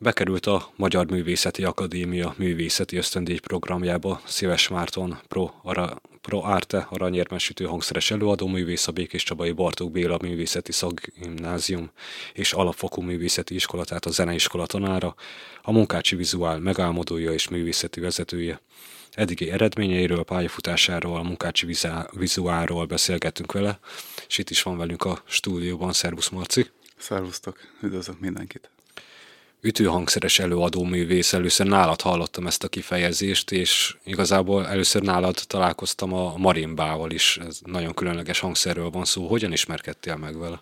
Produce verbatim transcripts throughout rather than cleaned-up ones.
Bekerült a Magyar Művészeti Akadémia művészeti ösztöndíj programjába Széles Márton Pro, Ara, Pro Arte aranyérmes ütőhangszeres előadó művész, a Békés Csabai Bartók Béla Művészeti Szakgimnázium és Alapfokú Művészeti Iskola, tehát a Zeneiskola tanára, a Munkácsi Vizuál megálmodója és művészeti vezetője. Eddigi eredményeiről, pályafutásáról, a Munkácsi Vizuálról beszélgettünk vele, és itt is van velünk a stúdióban. Szervusz, Marci! Szervusztok! Üdvözlök mindenkit! Ütőhangszeres előadó művész, először nálad hallottam ezt a kifejezést, és igazából először nálad találkoztam a marimbával is. Ez nagyon különleges hangszerről van szó. Hogyan ismerkedtél meg vele?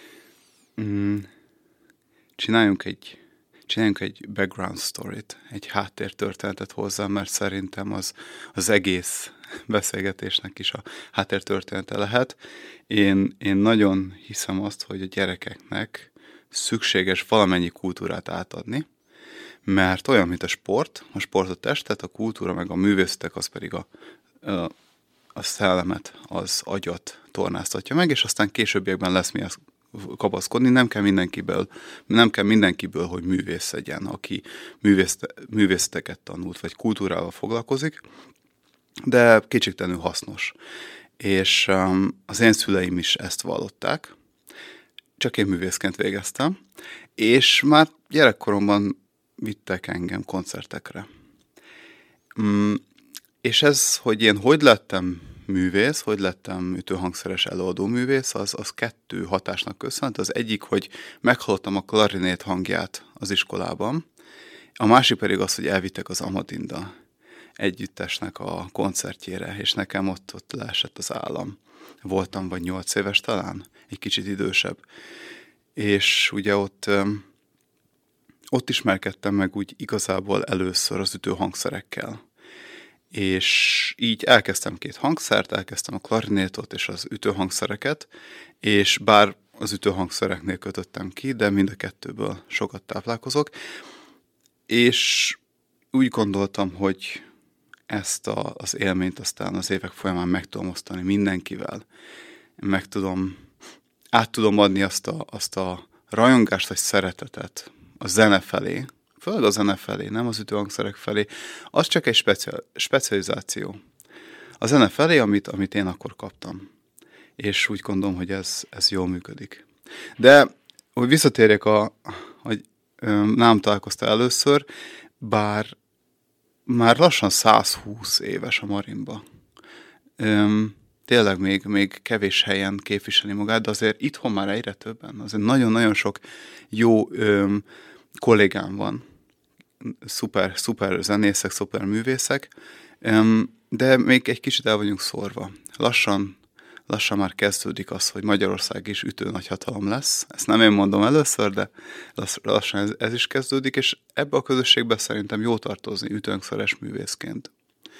Mm, csináljunk egy Csináljunk egy background storyt, egy háttértörténetet hozzá, mert szerintem az, az egész beszélgetésnek is a háttértörténete lehet. Én, én nagyon hiszem azt, hogy a gyerekeknek szükséges valamennyi kultúrát átadni, mert olyan, mint a sport, a sport a testet, a kultúra meg a művészetek, az pedig a, a, a szellemet, az agyat tornáztatja meg, és aztán későbbiekben lesz mihez kapaszkodni, nem kell mindenkiből, nem kell mindenkiből, hogy művész legyen, aki művészeteket tanult, vagy kultúrával foglalkozik, de kétségtelenül hasznos. És um, az én szüleim is ezt vallották, csak én művészként végeztem, és már gyerekkoromban vittek engem koncertekre. Mm, és ez, hogy én hogy lettem művész, hogy lettem ütőhangszeres előadó művész, az, az kettő hatásnak köszönhet. Az egyik, hogy meghallottam a klarinét hangját az iskolában, a másik pedig az, hogy elvittek az Amadinda együttesnek a koncertjére, és nekem ott, ott leesett az állam. Voltam vagy nyolc éves talán, egy kicsit idősebb. És ugye ott, ott ismerkedtem meg úgy igazából először az ütőhangszerekkel. És így elkezdtem két hangszert, elkezdtem a klarinétot és az ütőhangszereket, és bár az ütőhangszereknél kötöttem ki, de mind a kettőből sokat táplálkozok, és úgy gondoltam, hogy ezt a, az élményt aztán az évek folyamán meg tudom osztani mindenkivel, meg tudom, át tudom adni azt a, azt a rajongást vagy szeretetet a zene felé, főleg a zene felé, nem az ütőhangszerek felé, az csak egy speciál, specializáció. A zene felé, amit, amit én akkor kaptam. És úgy gondolom, hogy ez, ez jól működik. De, hogy visszatérjek, a, hogy nem találkoztál először, bár már lassan száz húsz éves a marimba. Öm, tényleg még, még kevés helyen képviseli magát, de azért itthon már egyre többen. Azért nagyon-nagyon sok jó öm, kollégám van. Szuper, szuper zenészek, szuper művészek, de még egy kicsit el vagyunk szórva. Lassan, lassan már kezdődik az, hogy Magyarország is ütő nagyhatalom lesz. Ezt nem én mondom először, de lassan ez, ez is kezdődik, és ebbe a közösségbe szerintem jó tartozni ütőhangszeres művészként.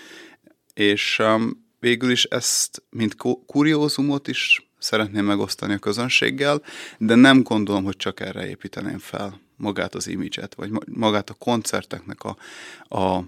És um, végül is ezt, mint kuriózumot is szeretném megosztani a közönséggel, de nem gondolom, hogy csak erre építeném fel magát az imidzset, vagy magát a koncerteknek a, a,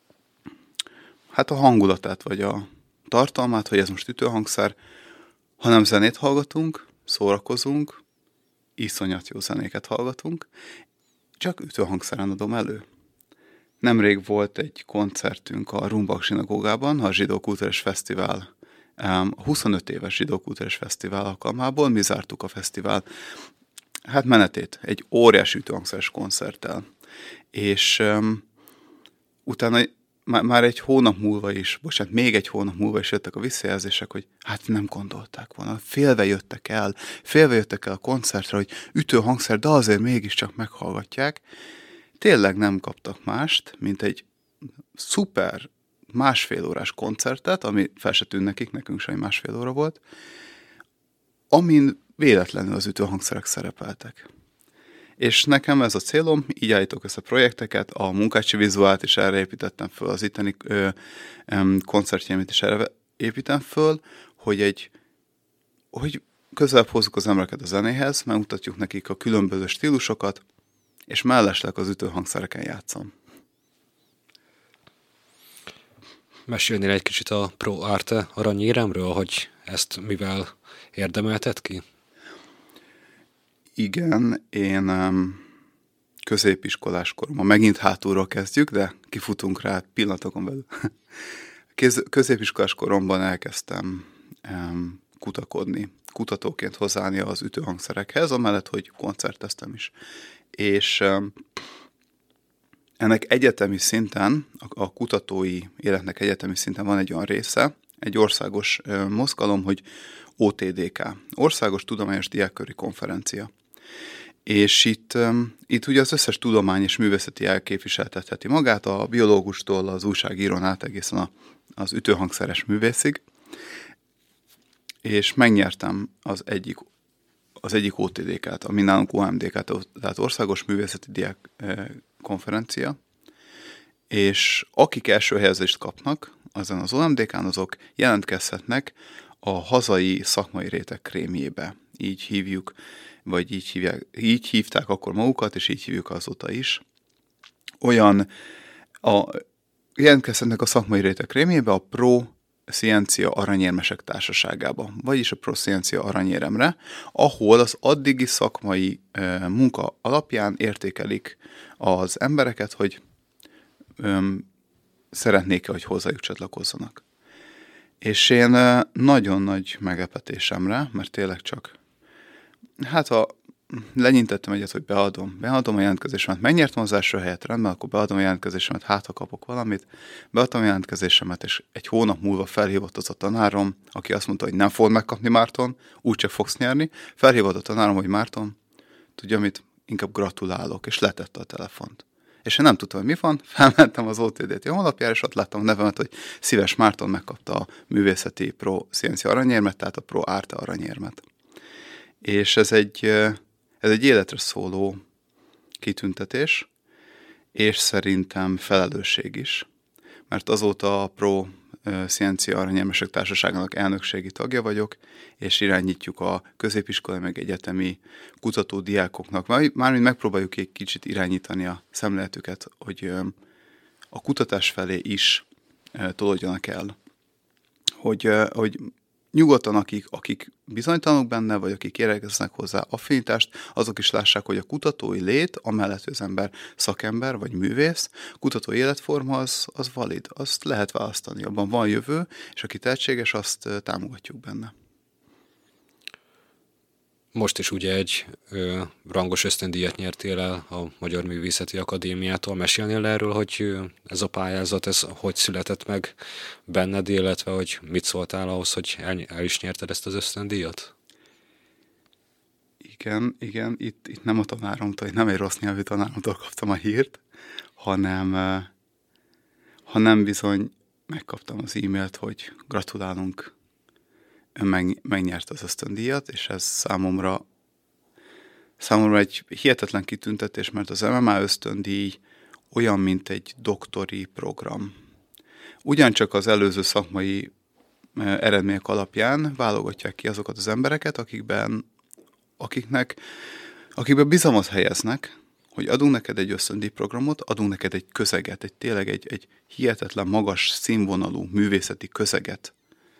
hát a hangulatát, vagy a tartalmát, hogy ez most ütőhangszer, hanem zenét hallgatunk, szórakozunk, iszonyat jó zenéket hallgatunk, csak ütőhangszeren adom elő. Nemrég volt egy koncertünk a Rumbak zsinagógában, a Zsidó Kulturális Fesztivál, a huszonöt éves Zsidó Kulturális Fesztivál alkalmából. Mi zártuk a fesztivál hát menetét egy óriási ütőhangszeres koncerttel. És um, utána má, már egy hónap múlva is, bocsánat, még egy hónap múlva is jöttek a visszajelzések, hogy hát nem gondolták volna, félve jöttek el, félve jöttek el a koncertre, hogy ütőhangszer, de azért mégiscsak meghallgatják. Tényleg nem kaptak mást, mint egy szuper másfél órás koncertet, ami fel se tűn nekik, nekünk sem másfél óra volt, amin véletlenül az ütőhangszerek szerepeltek. És nekem ez a célom, így állítok össze projekteket, a Munkácsi Vizuált is erre építettem föl, az itteni ö, ö, koncertjémet is erre építem föl, hogy egy, hogy közelebb hozzuk az embereket a zenéhez, megmutatjuk nekik a különböző stílusokat, és mellesleg az ütőhangszereken játszom. Mesélnél egy kicsit a Pro Arte aranyéremről, hogy ezt mivel érdemelted ki? Igen, én um, középiskolás koromban, megint hátulról kezdjük, de kifutunk rá pillanatokon belül. Kéz, középiskolás koromban elkezdtem um, kutakodni, kutatóként hozzáállni az ütőhangszerekhez, amellett, hogy koncerteztem is. És um, ennek egyetemi szinten, a, a kutatói életnek egyetemi szinten van egy olyan része, egy országos uh, mozgalom, hogy o té dé ká, Országos Tudományos Diákköri Konferencia. És itt, um, itt ugye az összes tudomány és művészeti ág képviseltetheti magát, a biológustól az újságírón át egészen a, az ütőhangszeres művészig, és megnyertem az egyik, az egyik o té dé ká-t, ami nálunk o em dé ká, tehát Országos Művészeti Diák eh, Konferencia, és akik első helyezést kapnak azon az o em dé ká-n, azok jelentkezhetnek a hazai szakmai réteg krémjébe. Így hívjuk, vagy így, hívják, így hívták akkor magukat, és így hívjuk azóta is. Olyan, a, jelentkezhetnek a szakmai réteg krémjébe a Pro Scientia Aranyérmesek Társaságába, vagyis a Pro Scientia Aranyéremre, ahol az addigi szakmai e, munka alapján értékelik az embereket, hogy öm, szeretnék-e, hogy hozzájuk csatlakozzanak. És én e, nagyon nagy meglepetésemre, mert tényleg csak, hát ha lenyintettem egyet, hogy beadom, beadom a jelentkezésemet, megnyertem az első helyet, rendben, akkor beadom a jelentkezésemet, hát ha kapok valamit, beadtam a jelentkezésemet, és egy hónap múlva felhívott az a tanárom, aki azt mondta, hogy nem fogod megkapni, Márton, úgyse fogsz nyerni, felhívott a tanárom, hogy Márton, tudja mit, inkább gratulálok, és letette a telefont. És én nem tudtam, hogy mi van, felmentem az o té dé té honlapjára, és ott láttam a nevemet, hogy Szíves Márton megkapta a művészeti Pro Scientia aranyérmet, tehát a Pro Arte aranyérmet. És ez egy, ez egy életre szóló kitüntetés, és szerintem felelősség is, mert azóta a Pro Scientia Aranyérmesek Társaságának elnökségi tagja vagyok, és irányítjuk a középiskolai meg egyetemi kutatódiákoknak. Mármint megpróbáljuk egy kicsit irányítani a szemléletüket, hogy a kutatás felé is tolódjanak el. Hogy, hogy nyugodtan, akik, akik bizonytalanok benne, vagy akik éreznek hozzá affinitást, azok is lássák, hogy a kutatói lét, amellett, hogy az ember szakember vagy művész, kutatói életforma az, az valid, azt lehet választani, abban van jövő, és aki tehetséges, azt támogatjuk benne. Most is ugye egy ö, rangos ösztöndíjat nyertél el a Magyar Művészeti Akadémiától. Mesélnél erről, hogy ez a pályázat, ez hogy született meg benned, illetve hogy mit szóltál ahhoz, hogy el, el is nyerted ezt az ösztöndíjat? Igen, igen, itt, itt nem a tanáromtól, nem egy rossz nyelvű tanáromtól kaptam a hírt, hanem, hanem bizony megkaptam az e-mailt, hogy gratulálunk, ön meg, megnyerte az ösztöndíjat, és ez számomra, számomra egy hihetetlen kitüntetés, mert az em em á ösztöndíj olyan, mint egy doktori program. Ugyancsak az előző szakmai eredmények alapján válogatják ki azokat az embereket, akikben, akiknek, akikben bizalmat helyeznek, hogy adunk neked egy ösztöndíjprogramot, adunk neked egy közeget, egy tényleg egy, egy hihetetlen magas színvonalú művészeti közeget.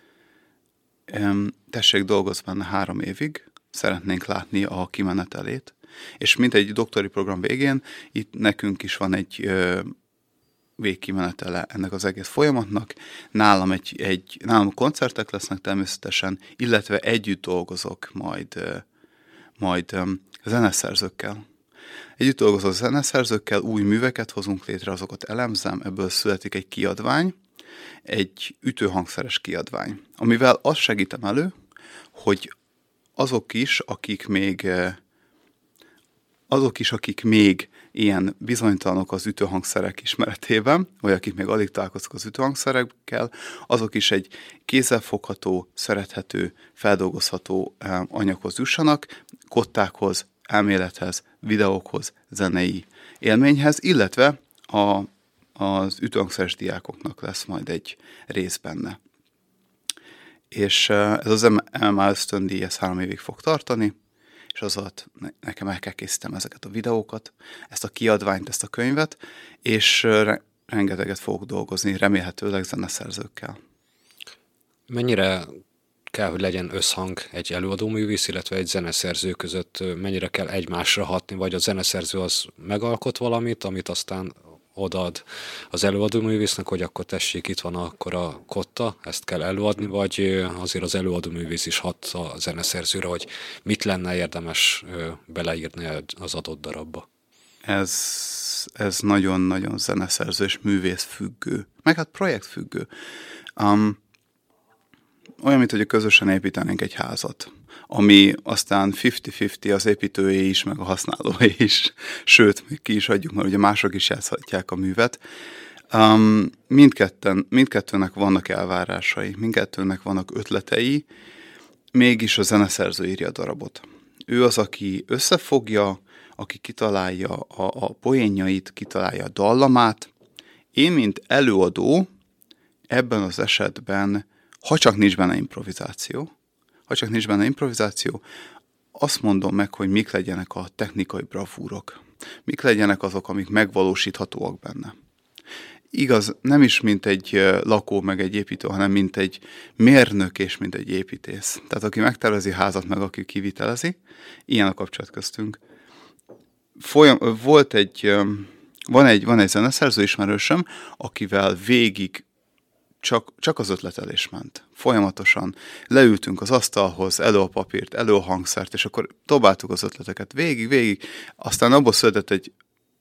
Tessék, dolgozz benne három évig, szeretnénk látni a kimenetelét, és mint egy doktori program végén, itt nekünk is van egy ö, végkimenetele ennek az egész folyamatnak. Nálam, egy, egy, nálam koncertek lesznek természetesen, illetve együtt dolgozok majd, ö, majd ö, zeneszerzőkkel. Együtt dolgozok zeneszerzőkkel, új műveket hozunk létre, azokat elemzem, ebből születik egy kiadvány, egy ütőhangszeres kiadvány, amivel azt segítem elő, hogy azok is, akik még azok is, akik még ilyen bizonytalanok az ütőhangszerek ismeretében, vagy akik még alig találkoztak az ütőhangszerekkel, azok is egy kézzelfogható, szerethető, feldolgozható anyaghoz jussanak, kottákhoz, elmélethez, videókhoz, zenei élményhez, illetve a az ütőhangszeres diákoknak lesz majd egy rész benne. És ez az em em á ösztöndíj, ez három évig fog tartani, és az alatt nekem el kell készítem ezeket a videókat, ezt a kiadványt, ezt a könyvet, és rengeteget fogok dolgozni, remélhetőleg zeneszerzőkkel. Mennyire kell, hogy legyen összhang egy előadóművész, illetve egy zeneszerző között, mennyire kell egymásra hatni, vagy a zeneszerző az megalkot valamit, amit aztán odaad az előadóművésznek, hogy akkor tessék, itt van akkor a kotta, ezt kell előadni, vagy azért az előadóművész is hat a zeneszerzőre, hogy mit lenne érdemes beleírni az adott darabba. Ez, ez nagyon-nagyon zeneszerző és művész függő, meg hát projekt függő. Um, olyan, mint hogy közösen építenénk egy házat, ami aztán fifty-fifty az építőjé is, meg a használóé is, sőt, még ki is adjuk, mert ugye mások is játszhatják a művet. Um, mindketten, mindkettőnek vannak elvárásai, mindkettőnek vannak ötletei, mégis a zeneszerző írja a darabot. Ő az, aki összefogja, aki kitalálja a, a poénjait, kitalálja a dallamát. Én, mint előadó, ebben az esetben, ha csak nincs benne improvizáció, ha csak nincs benne improvizáció, azt mondom meg, hogy mik legyenek a technikai bravúrok, mik legyenek azok, amik megvalósíthatóak benne. Igaz, nem is mint egy lakó, meg egy építő, hanem mint egy mérnök és mint egy építész. Tehát aki megtervezi házat, meg aki kivitelezi, ilyen a kapcsolat köztünk. Folyam, volt egy, van egy, van egy zeneszerző ismerősöm, akivel végig csak, csak az ötletelés ment. Folyamatosan leültünk az asztalhoz, elő a papírt, elő a hangszert, és akkor dobáltuk az ötleteket végig, végig. Aztán abból született egy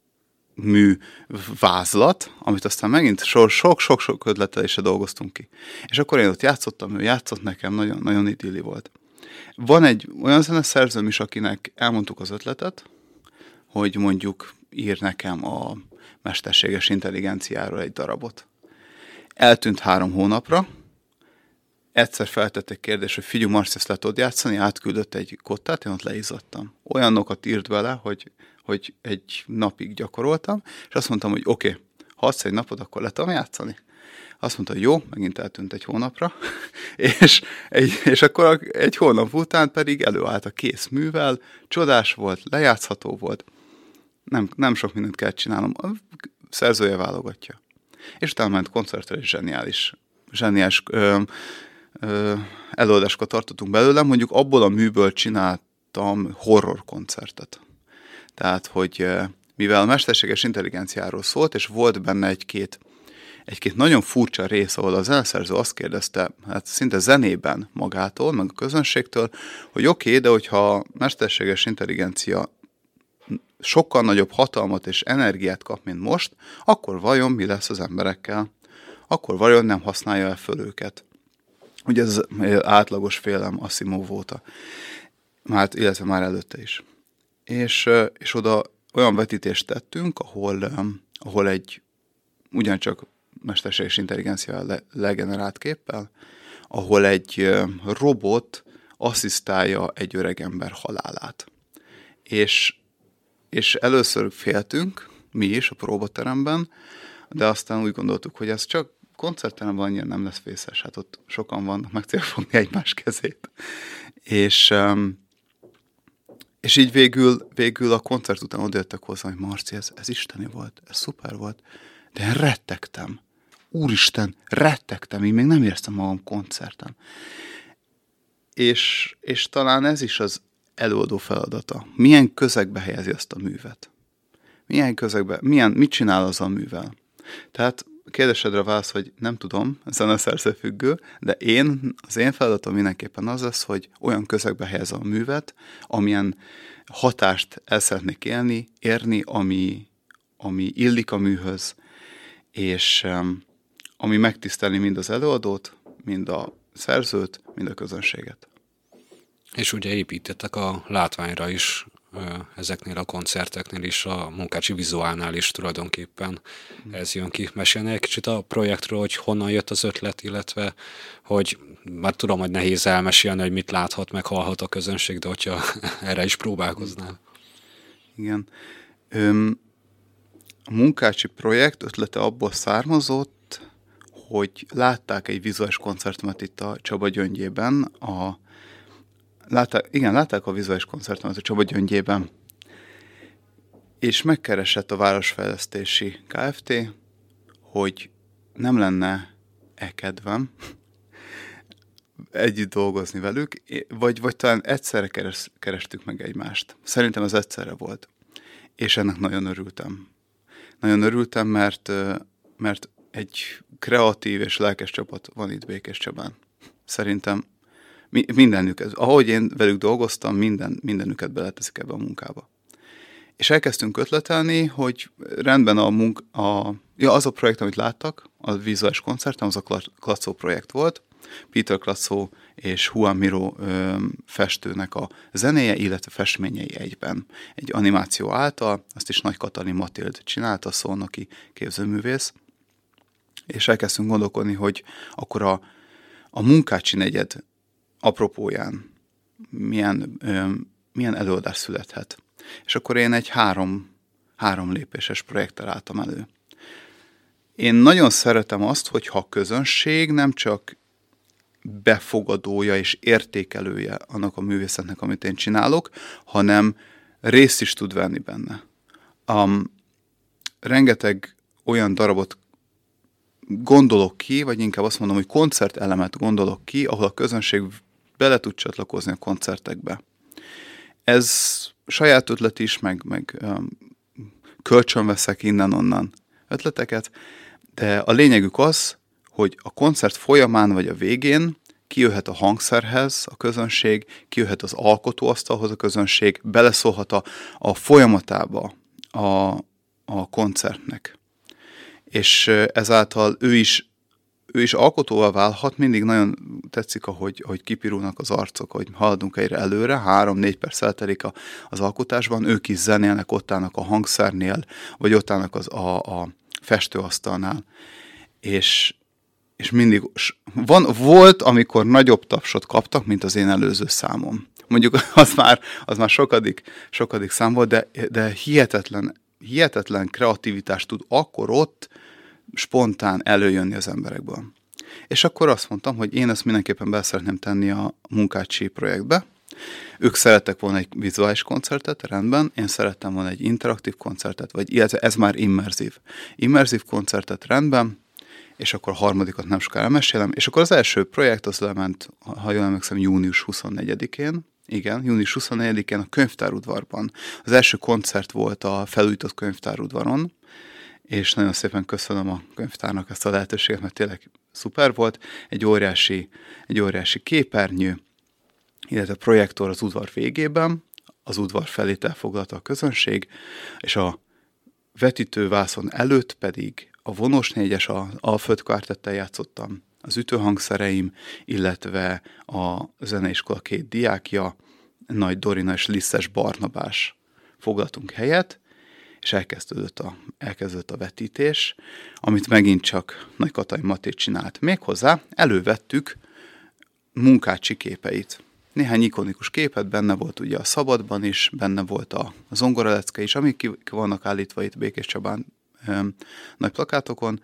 mű vázlat, amit aztán megint sok-sok-sok ötletelésre dolgoztunk ki. És akkor én ott játszottam, ő játszott nekem, nagyon, nagyon idilli volt. Van egy olyan zeneszerzőm is, akinek elmondtuk az ötletet, hogy mondjuk ír nekem a mesterséges intelligenciáról egy darabot. Eltűnt három hónapra, egyszer feltett egy kérdés, hogy figyelj, Marci, ezt le tudod játszani, átküldött egy kottát, én ott leizzadtam. Olyanokat írt bele, hogy, hogy egy napig gyakoroltam, és azt mondtam, hogy oké, okay, ha adsz egy napot, akkor le tudom játszani. Azt mondta, hogy jó, megint eltűnt egy hónapra, és, egy, és akkor egy hónap után pedig előállt a kész művel, csodás volt, lejátszható volt, nem, nem sok mindent kell csinálnom, a szerzője válogatja. És utána ment koncertre, és zseniális, zseniális ö, ö, előadásokat tartottunk belőlem, mondjuk abból a műből csináltam horror koncertet. Tehát, hogy mivel a mesterséges intelligenciáról szólt, és volt benne egy-két egy-két nagyon furcsa rész, ahol a zeneszerző azt kérdezte, hát szinte zenében magától, meg a közönségtől, hogy oké, okay, de hogyha a mesterséges intelligencia sokkal nagyobb hatalmat és energiát kap, mint most, akkor vajon mi lesz az emberekkel? Akkor vajon nem használja el föl őket? Ugye ez átlagos félelem Asimov óta, már, illetve már előtte is. És, és oda olyan vetítést tettünk, ahol, ahol egy ugyancsak mesterséges intelligencia le, legenerált képpel, ahol egy robot asszisztálja egy öregember halálát. És, és először féltünk, mi is a próbateremben, de aztán úgy gondoltuk, hogy ez csak koncertteremben annyira nem lesz vészes, hát ott sokan vannak, meg cél fogni egymás kezét. És, és így végül, végül a koncert után odajöttek hozzá, hogy Marci, ez, ez isteni volt, ez szuper volt, de én rettegtem. Úristen, rettegtem, én még nem éreztem magam koncerten. És, és talán ez is az előadó feladata. Milyen közegbe helyezi azt a művet? Milyen közegbe, milyen, mit csinál az a művel? Tehát kérdésedre válasz, hogy nem tudom, zeneszerző függő, de én, az én feladatom mindenképpen az lesz, hogy olyan közegbe helyezem a művet, amilyen hatást el szeretnék élni, érni, ami, ami illik a műhöz, és um, ami megtiszteli mind az előadót, mind a szerzőt, mind a közönséget. És ugye építettek a látványra is, ezeknél a koncerteknél is, a Munkácsi vizuálnál is tulajdonképpen ez jön ki. Mesélni egy kicsit a projektről, hogy honnan jött az ötlet, illetve hogy már tudom, hogy nehéz elmesélni, hogy mit láthat, meg hallhat a közönség, de hogyha erre is próbálkoznál. Igen. Öm, a Munkácsi projekt ötlete abból származott, hogy látták egy vizuális koncertemet itt a Csaba Gyöngyében, a Látták, igen, látták a vizuális koncertemet a Csaba Gyöngyében, és megkeresett a Városfejlesztési Kft., hogy nem lenne-e kedvem együtt dolgozni velük, vagy, vagy talán egyszerre keres, kerestük meg egymást. Szerintem ez egyszerre volt. És ennek nagyon örültem. Nagyon örültem, mert, mert egy kreatív és lelkes csapat van itt Békéscsabán. Szerintem mindenüket, ahogy én velük dolgoztam, minden, mindenüket beleteszik ebbe a munkába. És elkezdtünk ötletelni, hogy rendben a munk, a, ja, az a projekt, amit láttak, a vizuális koncertem, az a Klatszó projekt volt, Peter Klatszó és Juan Miro ö, festőnek a zenéje, illetve festményei egyben. Egy animáció által, azt is Nagy Katalin Matild csinálta, szolnoki képzőművész, és elkezdtünk gondolkodni, hogy akkor a, a Munkácsi negyed apropóján milyen, ö, milyen előadás születhet. És akkor én egy három, három lépéses projekttel álltam elő. Én nagyon szeretem azt, hogyha a közönség nem csak befogadója és értékelője annak a művészetnek, amit én csinálok, hanem részt is tud venni benne. Um, rengeteg olyan darabot gondolok ki, vagy inkább azt mondom, hogy koncertelemet gondolok ki, ahol a közönség bele tud csatlakozni a koncertekbe. Ez saját ötlet is, meg, meg um, kölcsönveszek innen-onnan ötleteket, de a lényegük az, hogy a koncert folyamán vagy a végén kijöhet a hangszerhez a közönség, kijöhet az alkotóasztalhoz a közönség, beleszólhat a, a folyamatába a, a koncertnek. És ezáltal ő is, ő is alkotóval válhat, mindig nagyon tetszik, ahogy, ahogy kipirulnak az arcok, hogy haladunk egyre előre, három-négy perc eltelik a, az alkotásban, ők is zenélnek, ott állnak a hangszernél, vagy ott állnak az, a, a festőasztalnál. És és mindig van, volt, amikor nagyobb tapsot kaptak, mint az én előző számom. Mondjuk az már, az már sokadik, sokadik szám volt, de, de hihetetlen, hihetetlen kreativitást tud akkor ott spontán előjönni az emberekből. És akkor azt mondtam, hogy én ezt mindenképpen be szeretném tenni a Munkácsi projektbe. Ők szerettek volna egy vizuális koncertet, rendben, én szerettem volna egy interaktív koncertet, vagy illetve ez már immerzív. Immerzív koncertet, rendben, és akkor a harmadikat nem sokára mesélem, és akkor az első projekt az lement, ha jól emlékszem, június huszonnegyedikén, igen, június huszonnegyedikén a Könyvtárudvarban. Az első koncert volt a felújított Könyvtárudvaron, és nagyon szépen köszönöm a könyvtárnak ezt a lehetőséget, mert tényleg szuper volt. Egy óriási, egy óriási képernyő, illetve projektor az udvar végében, az udvar felét elfoglalta a közönség, és a vetítővászon előtt pedig a Vonós négyes, a Alföld kvártettel játszottam, az ütőhangszereim, illetve a zeneiskola két diákja, Nagy Dorina és Lisszes Barnabás foglaltunk helyet, és elkezdődött a, elkezdődött a vetítés, amit megint csak Nagy Katalin Maté csinált. Méghozzá elővettük Munkácsi képeit. Néhány ikonikus képet, benne volt ugye a Szabadban is, benne volt a zongoralecke is, amik ki vannak állítva itt Békéscsabán nagy plakátokon,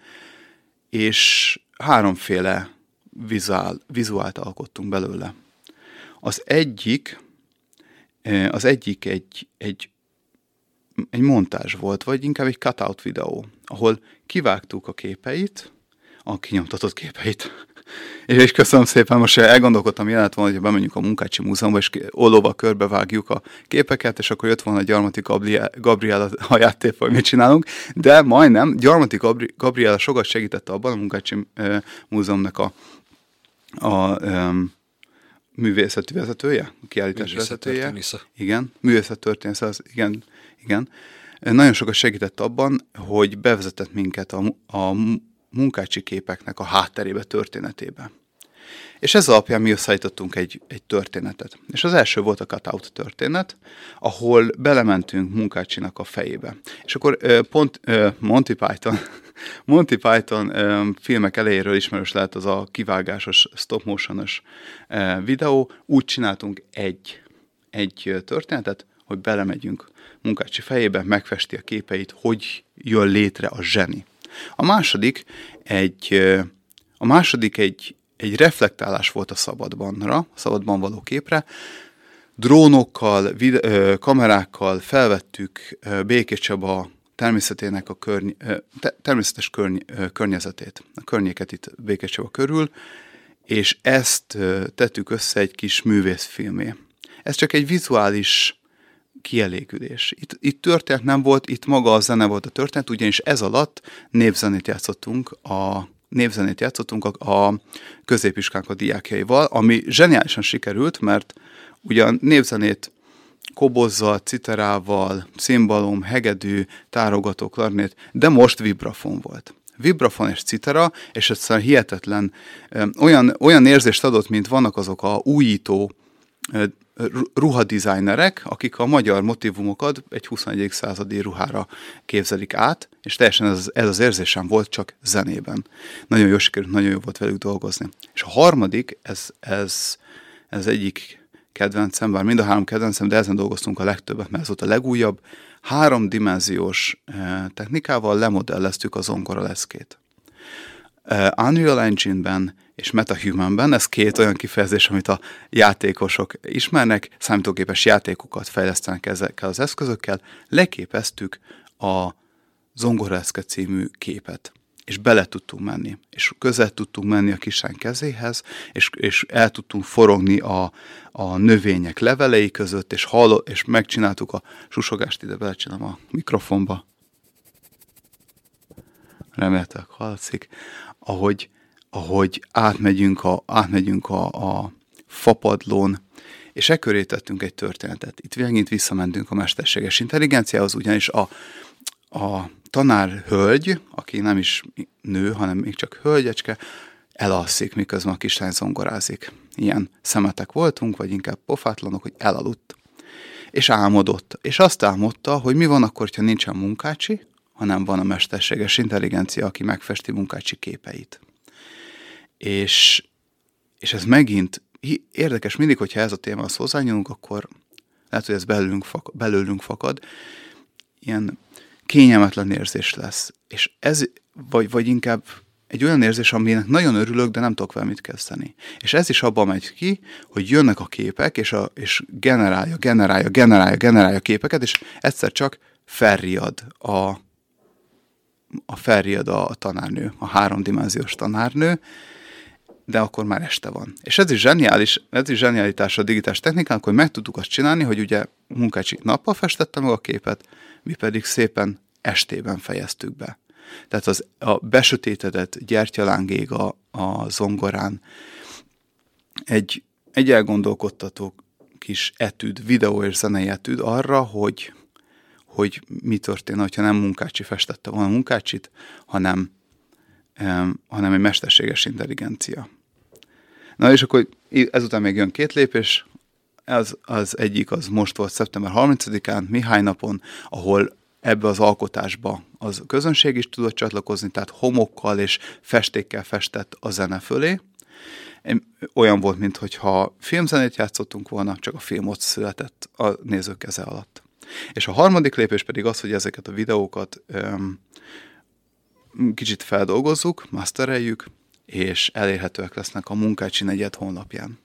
és háromféle vizuál, vizuált alkottunk belőle. Az egyik, az egyik egy, egy, egy montázs volt, vagy inkább egy cutout videó, ahol kivágtuk a képeit, a kinyomtatott képeit. És köszönöm szépen, most elgondolkodtam, jelent volna, hogy bemegyünk a Munkácsi Múzeumba, és ollóval körbevágjuk a képeket, és akkor jött volna a Gyarmati Gabriella haját tép, hogy mit csinálunk, de majdnem Gyarmati Gabri- Gabriella sokat segítette abban a Munkácsi uh, Múzeumnak a, a um, művészeti vezetője, a kiállítás vezetője. Igen, művészettörténész, az igen, igen. Nagyon sokat segített abban, hogy bevezetett minket a, a Munkácsi képeknek a hátterébe, történetébe. És ez alapján mi összeállítottunk egy, egy történetet. És az első volt a cutout történet, ahol belementünk Munkácsinak a fejébe. És akkor pont Monty Python, Monty Python filmek elejéről ismerős lehet az a kivágásos, stop motion-os videó. Úgy csináltunk egy, egy történetet, hogy belemegyünk Munkácsi fejébe, megfesti a képeit, hogy jön létre a zseni. A második egy, a második egy, egy reflektálás volt a Szabadbanra, a Szabadban való képre. Drónokkal, vid- kamerákkal felvettük Békéscsaba természetének a körny- természetes körny- környezetét, a környéket itt Békéscsaba körül, és ezt tettük össze egy kis művészfilmé. Ez csak egy vizuális kielégülés. Itt, itt történet nem volt, itt maga a zene volt a történet, ugyanis ez alatt népzenét játszottunk a népzenét játszottunk a, a középiskolánk a diákjaival, ami zseniálisan sikerült, mert ugyan népzenét kobozzal, citerával, cimbalom, hegedű, tárogató, klarnét, de most vibrafon volt. Vibrafon és citera, és egyszerűen hihetetlen, olyan, olyan érzést adott, mint vannak azok a újító ruhadizájnerek, akik a magyar motivumokat egy huszonegyedik századi ruhára képzelik át, és teljesen ez, ez az érzésem volt, csak zenében. Nagyon jó sikerült, nagyon jó volt velük dolgozni. És a harmadik, ez, ez, ez egyik kedvencem, bár mind a három kedvencem, de ezen dolgoztunk a legtöbbet, mert ez volt a legújabb, háromdimenziós eh, technikával lemodelleztük a zongora leszkét. Uh, Unreal Engine-ben és MetaHuman-ben, ez két olyan kifejezés, amit a játékosok ismernek, számítógépes játékokat fejlesztenek ezekkel az eszközökkel, leképeztük a Zongoraleszke című képet, és bele tudtunk menni, és közel tudtunk menni a kislány kezéhez, és, és el tudtunk forogni a, a növények levelei között, és, halló, és megcsináltuk a susogást, ide belecsinálom a mikrofonba, remélhetőleg hallatszik, ahogy, ahogy átmegyünk, a, átmegyünk a, a fapadlón, és e köré tettünk egy történetet. Itt megint visszamentünk a mesterséges intelligenciához, ugyanis a, a tanárhölgy, aki nem is nő, hanem még csak hölgyecske, elalszik, miközben a kislány zongorázik. Ilyen szemetek voltunk, vagy inkább pofátlanok, hogy elaludt. És álmodott. És azt álmodta, hogy mi van akkor, ha nincsen munkácsi, hanem van a mesterséges intelligencia, aki megfesti munkácsi képeit. És, és ez megint érdekes, mindig, hogyha ez a témához hozzányúlunk, akkor lehet, hogy ez belőlünk, fakad, belőlünk fakad, ilyen kényelmetlen érzés lesz. És ez, vagy, vagy inkább egy olyan érzés, aminek nagyon örülök, de nem tudok vele mit kezdeni. És ez is abban megy ki, hogy jönnek a képek, és, a, és generálja, generálja, generálja, generálja képeket, és egyszer csak felriad a, a, felriad a tanárnő, a háromdimenziós tanárnő, de akkor már este van. És ez is zseniális, ez is zsenialitás a digitális technikának, hogy meg tudtuk azt csinálni, hogy ugye munkácsi nappal festette meg a képet, mi pedig szépen estében fejeztük be. Tehát az, a besötétedett gyertyalángég a, a zongorán egy, egy elgondolkodtató kis etüd, videó és zenei etüd arra, hogy, hogy mi történne, ha nem munkácsi festette volna munkácsit, hanem, um, hanem egy mesterséges intelligencia. Na és akkor ezután még jön két lépés, az, az egyik az most volt szeptember harmincadikán, Mihály napon, ahol ebbe az alkotásba az közönség is tudott csatlakozni, tehát homokkal és festékkel festett a zene fölé. Olyan volt, mintha filmzenét játszottunk volna, csak a film ott született a nézők keze alatt. És a harmadik lépés pedig az, hogy ezeket a videókat öm, kicsit feldolgozzuk, mastereljük, és elérhetőek lesznek a Munkácsi negyed honlapján.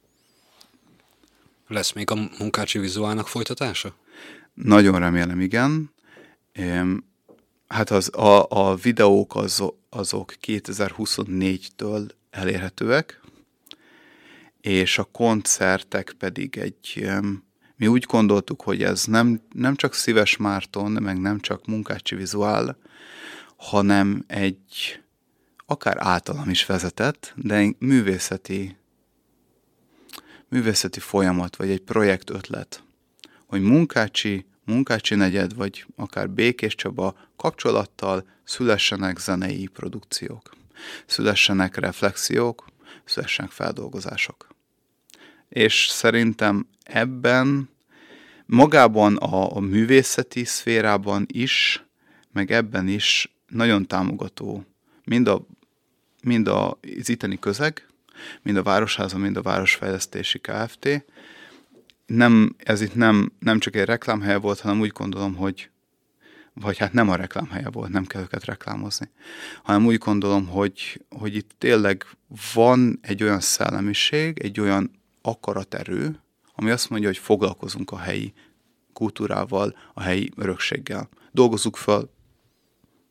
Lesz még a Munkácsi vizuálnak folytatása? Nagyon remélem, igen. Hát az, a, a videók az, azok kétezer-huszonnégytől elérhetőek, és a koncertek pedig egy, mi úgy gondoltuk, hogy ez nem, nem csak Szíves Márton, meg nem csak Munkácsi vizuál, hanem egy akár általam is vezetett, de művészeti, művészeti folyamat, vagy egy projektötlet, hogy Munkácsi, Munkácsi negyed, vagy akár Békés Csaba kapcsolattal szülessenek zenei produkciók, szülessenek reflexiók, szülessenek feldolgozások. És szerintem ebben, magában a, a művészeti szférában is, meg ebben is nagyon támogató mind, a, mind az itteni közeg, mind a Városháza, mind a Városfejlesztési Kft. Nem, ez itt nem, nem csak egy reklámhelye volt, hanem úgy gondolom, hogy vagy hát nem a reklámhelye volt, nem kell őket reklámozni, hanem úgy gondolom, hogy, hogy itt tényleg van egy olyan szellemiség, egy olyan akaraterő, ami azt mondja, hogy foglalkozunk a helyi kultúrával, a helyi örökséggel. Dolgozzuk fel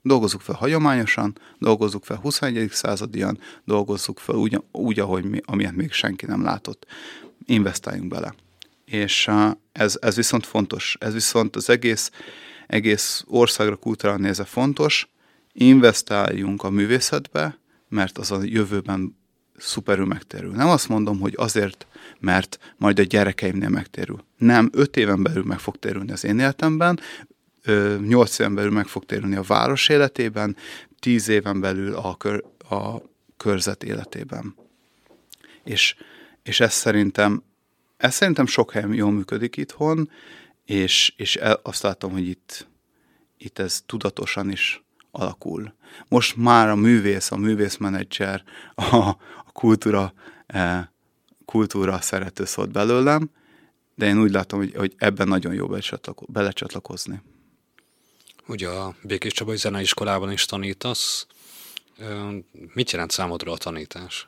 Dolgozzuk fel hagyományosan, dolgozzuk fel huszonegyedik századian, dolgozzuk fel úgy, úgy ahogy mi, amilyen még senki nem látott. Investáljunk bele. És ez, ez viszont fontos. Ez viszont az egész, egész országra, kultúrára nézve fontos. Investáljunk a művészetbe, mert az a jövőben szuperül megtérül. Nem azt mondom, hogy azért, mert majd a gyerekeimnél megtérül. Nem, öt éven belül meg fog térülni az én életemben, nyolc éven belül meg fog térülni a város életében, tíz éven belül a, kör, a körzet életében. És, és ez szerintem, ez szerintem sok helyen jól működik itthon, és, és el, azt látom, hogy itt, itt ez tudatosan is alakul. Most már a művész, a művészmenedzser, a, a kultúra, e, kultúra szerető szólt belőlem, de én úgy látom, hogy, hogy ebben nagyon jó belecsatlakozni. belecsatlakozni. Ugye a Békés Csabai Zeneiskolában is tanítasz. Mit jelent számodra a tanítás?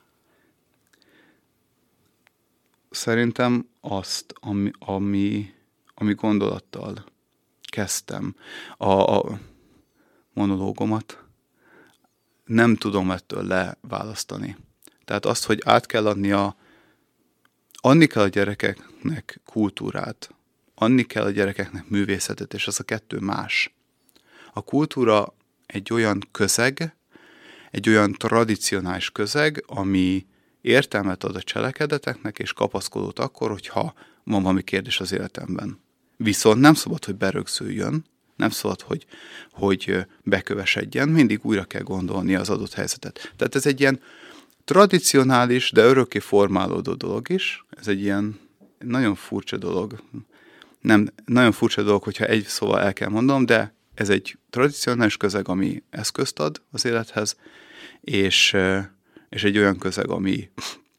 Szerintem azt, ami, ami, ami gondolattal kezdtem a, a monológomat, nem tudom ettől leválasztani. Tehát azt, hogy át kell adni a, adni kell a gyerekeknek kultúrát, adni kell a gyerekeknek művészetet, és az a kettő más. A kultúra egy olyan közeg, egy olyan tradicionális közeg, ami értelmet ad a cselekedeteknek, és kapaszkodót akkor, hogyha van valami kérdés az életemben. Viszont nem szabad, hogy berögzüljön, nem szabad, hogy, hogy bekövesedjen, mindig újra kell gondolni az adott helyzetet. Tehát ez egy ilyen tradicionális, de örökké formálódó dolog is. Ez egy ilyen nagyon furcsa dolog. Nem, nagyon furcsa dolog, hogyha egy szóval el kell mondanom, de ez egy tradicionális közeg, ami eszközt ad az élethez, és, és egy olyan közeg, ami,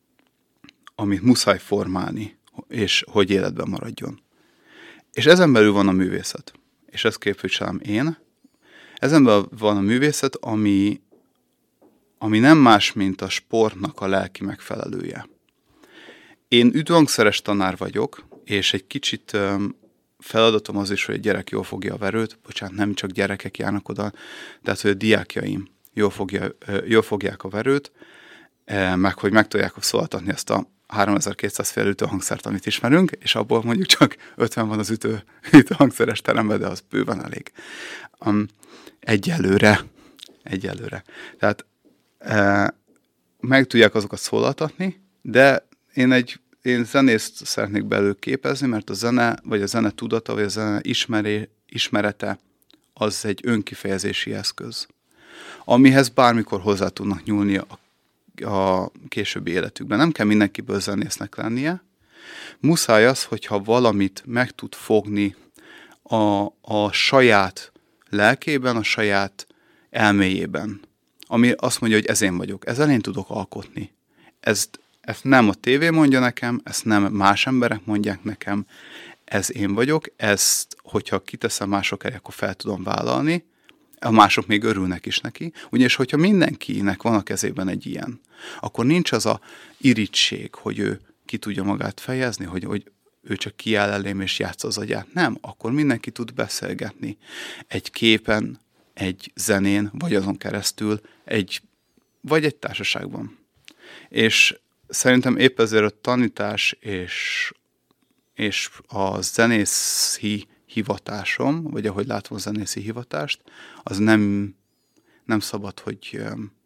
amit muszáj formálni, és hogy életben maradjon. És ezen belül van a művészet. És ezt képviselem én. Ezen belül van a művészet, ami, ami nem más, mint a sportnak a lelki megfelelője. Én üdvhangszeres tanár vagyok, és egy kicsit feladatom az is, hogy a gyerek jól fogja a verőt, bocsánat, nem csak gyerekek járnak oda, tehát hogy a diákjaim jól, fogja, jól fogják a verőt, meg hogy meg tudják szólaltatni ezt a háromezer-kétszáz féle ütőhangszert, amit ismerünk, és abból mondjuk csak ötven van az ütő, ütőhangszeres teremben, de az bőven elég. Um, egyelőre, egyelőre. Tehát e, meg tudják azokat szólaltatni, de én egy én zenészt szeretnék belül képezni, mert a zene, vagy a zene tudata, vagy a zene ismeré, ismerete az egy önkifejezési eszköz, amihez bármikor hozzá tudnak nyúlni a, a későbbi életükben. Nem kell mindenkiből zenésznek lennie. Muszáj az, hogyha valamit meg tud fogni a, a saját lelkében, a saját elméjében, ami azt mondja, hogy ez én vagyok, ezzel én tudok alkotni. Ezt Ezt nem a tévé mondja nekem, ezt nem más emberek mondják nekem, ez én vagyok, ezt, hogyha kiteszem mások elé, akkor fel tudom vállalni, a mások még örülnek is neki, ugyanis hogyha mindenkinek van a kezében egy ilyen, akkor nincs az a irigység, hogy ő ki tudja magát fejezni, hogy, hogy ő csak kiáll elém és játsza az agyát. Nem, akkor mindenki tud beszélgetni egy képen, egy zenén, vagy azon keresztül, egy, vagy egy társaságban. És szerintem épp ezért a tanítás és, és a zenészi hivatásom, vagy ahogy látom a zenészi hivatást, az nem, nem szabad, hogy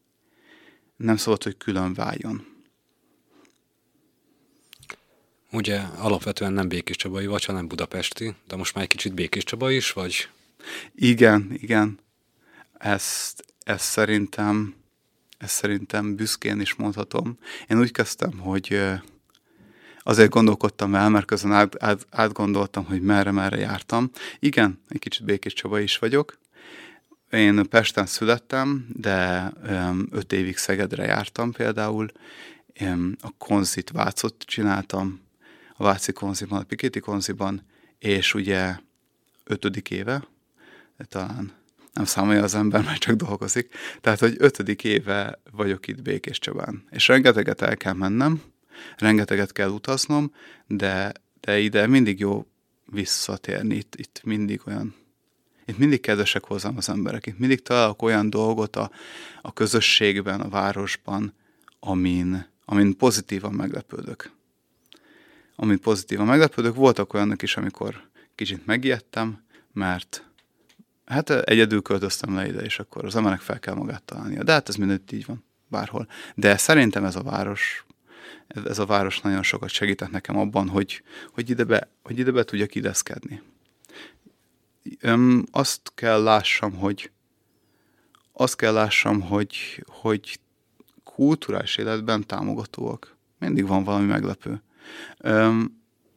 nem szabad, hogy külön váljon. Ugye alapvetően nem békéscsabai vagy, hanem budapesti, de most már egy kicsit békéscsabai is vagy? Igen, igen. Ezt, ezt szerintem Ezt szerintem büszkén is mondhatom. Én úgy kezdtem, hogy azért gondolkodtam el, mert közben át, át, átgondoltam, hogy merre-merre jártam. Igen, egy kicsit békéscsabai is vagyok. Én Pesten születtem, de öt évig Szegedre jártam például. Én a konzit Vácot csináltam, a Váci konziban, a Pikéti konziban, és ugye ötödik éve, talán nem számolja az ember, mert csak dolgozik. Tehát, hogy ötödik éve vagyok itt Békéscsabán. És rengeteget el kell mennem, rengeteget kell utaznom, de, de ide mindig jó visszatérni. Itt, itt mindig olyan Itt mindig kedvesek hozzám az emberek, itt mindig találok olyan dolgot a, a közösségben, a városban, amin, amin pozitívan meglepődök. Amin pozitívan meglepődök. Voltak olyanok is, amikor kicsit megijedtem, mert hát egyedül költöztem le ide, és akkor az emberek fel kell magát találnia. De hát ez mindent így van, bárhol. De szerintem ez a város, ez, ez a város nagyon sokat segített nekem abban, hogy, hogy, ide, be, hogy ide be tudjak illeszkedni. Öm, azt kell lássam, hogy azt kell lássam, hogy, hogy kulturális életben támogatóak. Mindig van valami meglepő. Öm,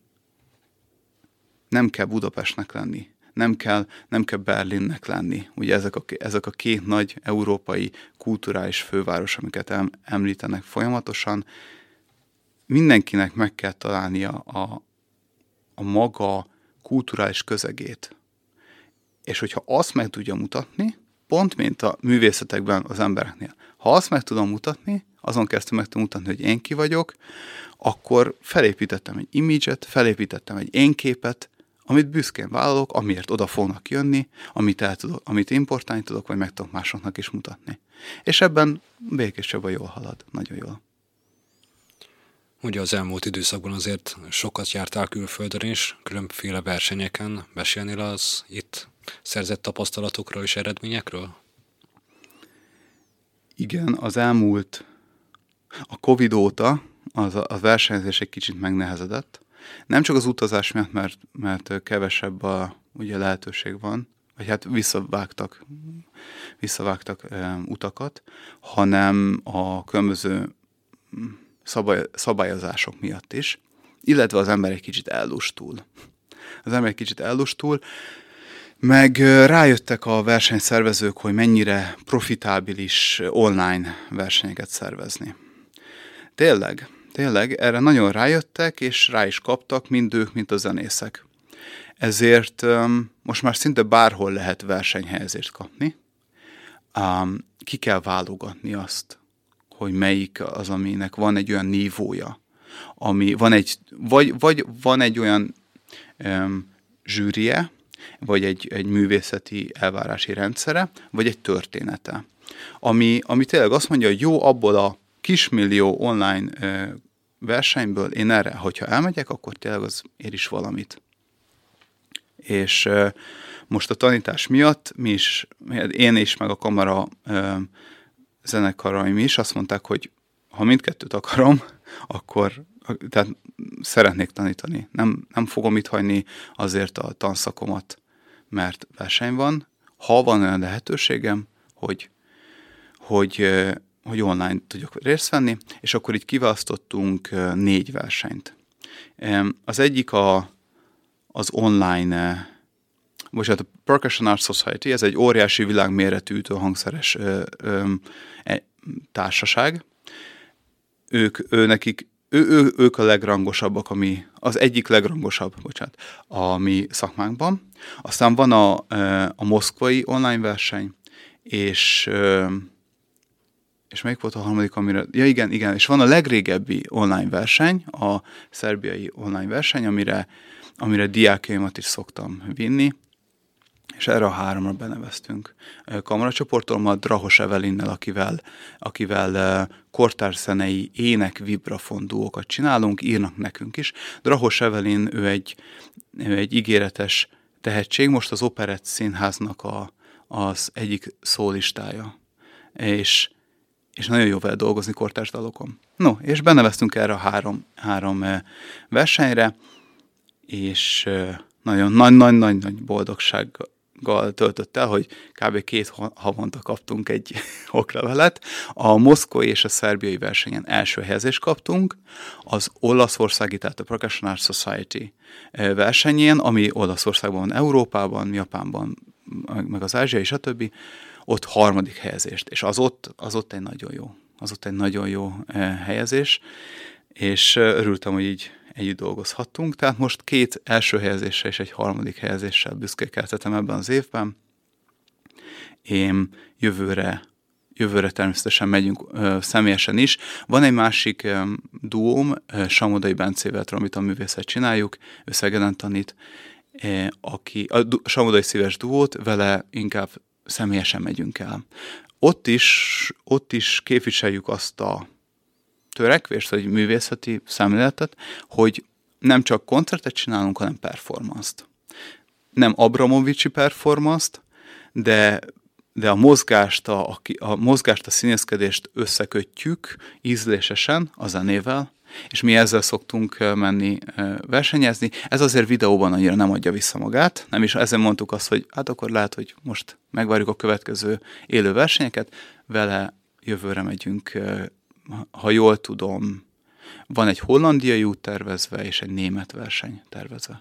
nem kell Budapestnek lenni. Nem kell, nem kell Berlinnek lenni. Ugye ezek a, ezek a két nagy európai kulturális főváros, amiket em, említenek folyamatosan. Mindenkinek meg kell találnia a, a maga kulturális közegét. És hogyha azt meg tudja mutatni, pont mint a művészetekben az embereknél, ha azt meg tudom mutatni, azon keresztül meg tudom mutatni, hogy én ki vagyok, akkor felépítettem egy imidzset, felépítettem egy én képet, amit büszkén vállalok, amiért oda fognak jönni, amit, el tudok, amit importálni tudok, vagy meg tudok másoknak is mutatni. És ebben Békés Csaba jól halad, nagyon jól. Ugye az elmúlt időszakban azért sokat jártál külföldön is, különféle versenyeken. Mesélnél az itt szerzett tapasztalatokról és eredményekről? Igen, az elmúlt, a Covid óta az a, a versenyzés egy kicsit megnehezedett. Nem csak az utazás miatt, mert, mert kevesebb a ugye lehetőség van, vagy hát visszavágtak, visszavágtak e, utakat, hanem a különböző szabály, szabályozások miatt is, illetve az ember egy kicsit ellustul. Az ember egy kicsit ellustul, meg rájöttek a versenyszervezők, hogy mennyire profitábilis online versenyeket szervezni. Tényleg, tényleg, erre nagyon rájöttek, és rá is kaptak, mind ők, mind a zenészek. Ezért um, most már szinte bárhol lehet versenyhelyezést kapni. Um, ki kell válogatni azt, hogy melyik az, aminek van egy olyan nívója, ami van egy, vagy, vagy van egy olyan um, zsűrie, vagy egy, egy művészeti elvárási rendszere, vagy egy története. Ami, ami tényleg azt mondja, hogy jó, abból a kismillió online ö, versenyből én erre, hogyha elmegyek, akkor tényleg az ér is valamit. És ö, most a tanítás miatt mi is, én is, meg a kamara ö, zenekaraim is azt mondták, hogy ha mindkettőt akarom, akkor tehát szeretnék tanítani. Nem, nem fogom itt hagyni azért a tanszakomat, mert verseny van. Ha van olyan lehetőségem, hogy, hogy, hogy online tudjuk részt venni, és akkor így kiválasztottunk négy versenyt. Az egyik a, az online, bocsánat, a Percussion Art Society, ez egy óriási világméretű ütőhangszeres ö, ö, ö, társaság. Ők, ő nekik Ő, ő, ők a legrangosabbak, ami az egyik legrangosabb, bocsánat, a mi szakmánkban. Aztán van a, a moszkvai online verseny, és, és melyik volt a harmadik, amire... Ja igen, igen, és van a legrégebbi online verseny, a szerbiai online verseny, amire, amire diákjaimat is szoktam vinni, és erre a háromra beneveztünk. Kamaracsoportommal, Drahos Evelinnel, akivel, akivel kortárszenei ének vibrafon duókat csinálunk, írnak nekünk is. Drahos Evelin, ő egy, ő egy ígéretes tehetség, most az Operett Színháznak a, az egyik szólistája, és, és nagyon jó vele dolgozni kortárs dalokon. No, és beneveztünk erre a három, három versenyre, és nagyon nagy-nagy-nagy boldogság töltött el, hogy kb. két havonta kaptunk egy oklevelet. A moszkvai és a szerbiai versenyen első helyezést kaptunk, az olaszországi, tehát a Percussion Art Society versenyén, ami Olaszországban van, Európában, Japánban, meg az ázsiai, stb. Ott harmadik helyezést, és az ott, az ott egy nagyon jó, az ott egy nagyon jó helyezés, és örültem, hogy így együtt dolgozhattunk, tehát most két első helyezéssel és egy harmadik helyezéssel büszkékeltetem ebben az évben. Én jövőre, jövőre természetesen megyünk ö, személyesen is. Van egy másik ö, duóm, ö, Samodai Bencével trombiton művészet csináljuk, ő Szegeden tanít, aki a Salmodai Szíves Duót, vele inkább személyesen megyünk el. Ott is, ott is képviseljük azt a törekvést, vagy művészeti szemléletet, hogy nem csak koncertet csinálunk, hanem performance-t. Nem Abramovicsi performance-t, de, de a mozgást, a, a mozgást, a színészkedést összekötjük ízlésesen a zenével, és mi ezzel szoktunk menni versenyezni. Ez azért videóban annyira nem adja vissza magát, nem is ezen mondtuk azt, hogy hát akkor lehet, hogy most megvárjuk a következő élő versenyeket, vele jövőre megyünk, ha jól tudom, van egy hollandiai út tervezve, és egy német verseny tervezve.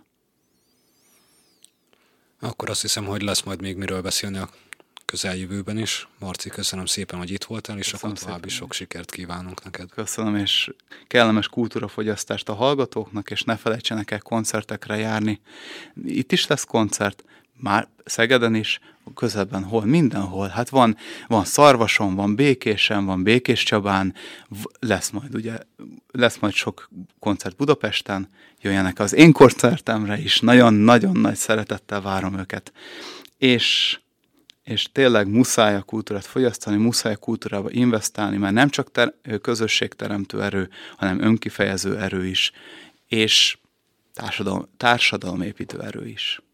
Akkor azt hiszem, hogy lesz majd még miről beszélni a közeljövőben is. Marci, köszönöm szépen, hogy itt voltál, és köszönöm akkor további sok sikert kívánunk neked. Köszönöm, és kellemes kultúrafogyasztást a hallgatóknak, és ne felejtsenek el koncertekre járni. Itt is lesz koncert, már Szegeden is, közelben hol, mindenhol. Hát van, van Szarvason, van Békésen, van Békéscsabán, lesz majd ugye, lesz majd sok koncert Budapesten, jöjjenek az én koncertemre is, nagyon-nagyon nagy szeretettel várom őket. És, és tényleg muszáj a kultúrát fogyasztani, muszáj a kultúrába investálni, mert nem csak ter- közösségteremtő erő, hanem önkifejező erő is, és társadalom, társadalomépítő erő is.